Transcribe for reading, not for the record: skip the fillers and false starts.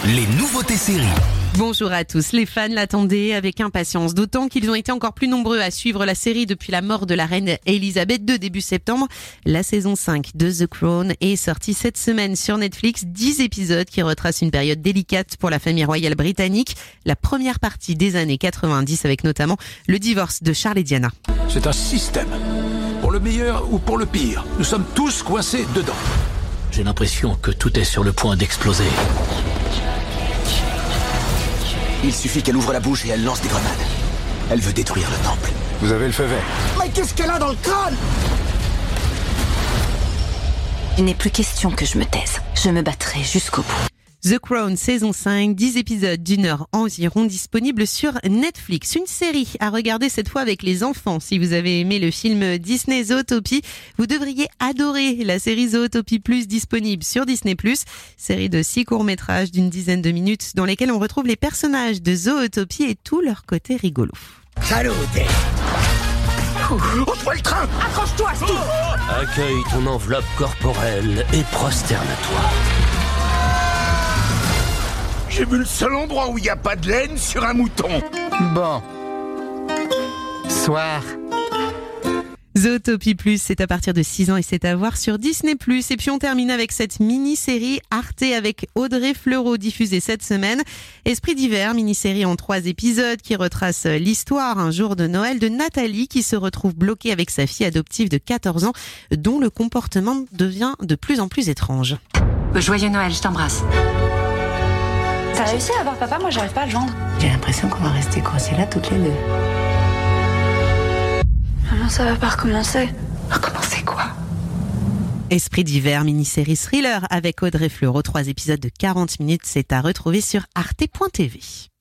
les nouveautés séries. Bonjour à tous, les fans l'attendaient avec impatience, d'autant qu'ils ont été encore plus nombreux à suivre la série depuis la mort de la reine Elisabeth II début septembre. La saison 5 de The Crown est sortie cette semaine sur Netflix, 10 épisodes qui retracent une période délicate pour la famille royale britannique, la première partie des années 90 avec notamment le divorce de Charles et Diana. C'est un système. Pour le meilleur ou pour le pire, nous sommes tous coincés dedans. J'ai l'impression que tout est sur le point d'exploser. Il suffit qu'elle ouvre la bouche et elle lance des grenades. Elle veut détruire le temple. Vous avez le feu vert. Mais qu'est-ce qu'elle a dans le crâne? Il n'est plus question que je me taise. Je me battrai jusqu'au bout. The Crown, saison 5, 10 épisodes d'une heure environ disponibles sur Netflix. Une série à regarder cette fois avec les enfants. Si vous avez aimé le film Disney Zootopie, vous devriez adorer la série Zootopie Plus disponible sur Disney+. Série de 6 courts-métrages d'une dizaine de minutes dans lesquels on retrouve les personnages de Zootopie et tout leur côté rigolo. Salut, Ouvre le train. Accroche-toi, Steve. Accueille ton enveloppe corporelle et prosterne-toi. J'ai vu le seul endroit où il n'y a pas de laine sur un mouton. Bon. Soir. Zootopie Plus, c'est à partir de 6 ans et c'est à voir sur Disney+. Et puis on termine avec cette mini-série Arte avec Audrey Fleurot diffusée cette semaine. Esprit d'hiver, mini-série en 3 épisodes qui retrace l'histoire un jour de Noël de Nathalie qui se retrouve bloquée avec sa fille adoptive de 14 ans dont le comportement devient de plus en plus étrange. Joyeux Noël, je t'embrasse. T'as réussi à avoir papa? Moi, j'arrive pas à le joindre. J'ai l'impression qu'on va rester coincés là toutes les deux. Maman, ça va pas recommencer. Recommencer quoi? Esprit d'hiver, mini-série thriller avec Audrey Fleurot, 3 épisodes de 40 minutes, c'est à retrouver sur arte.tv.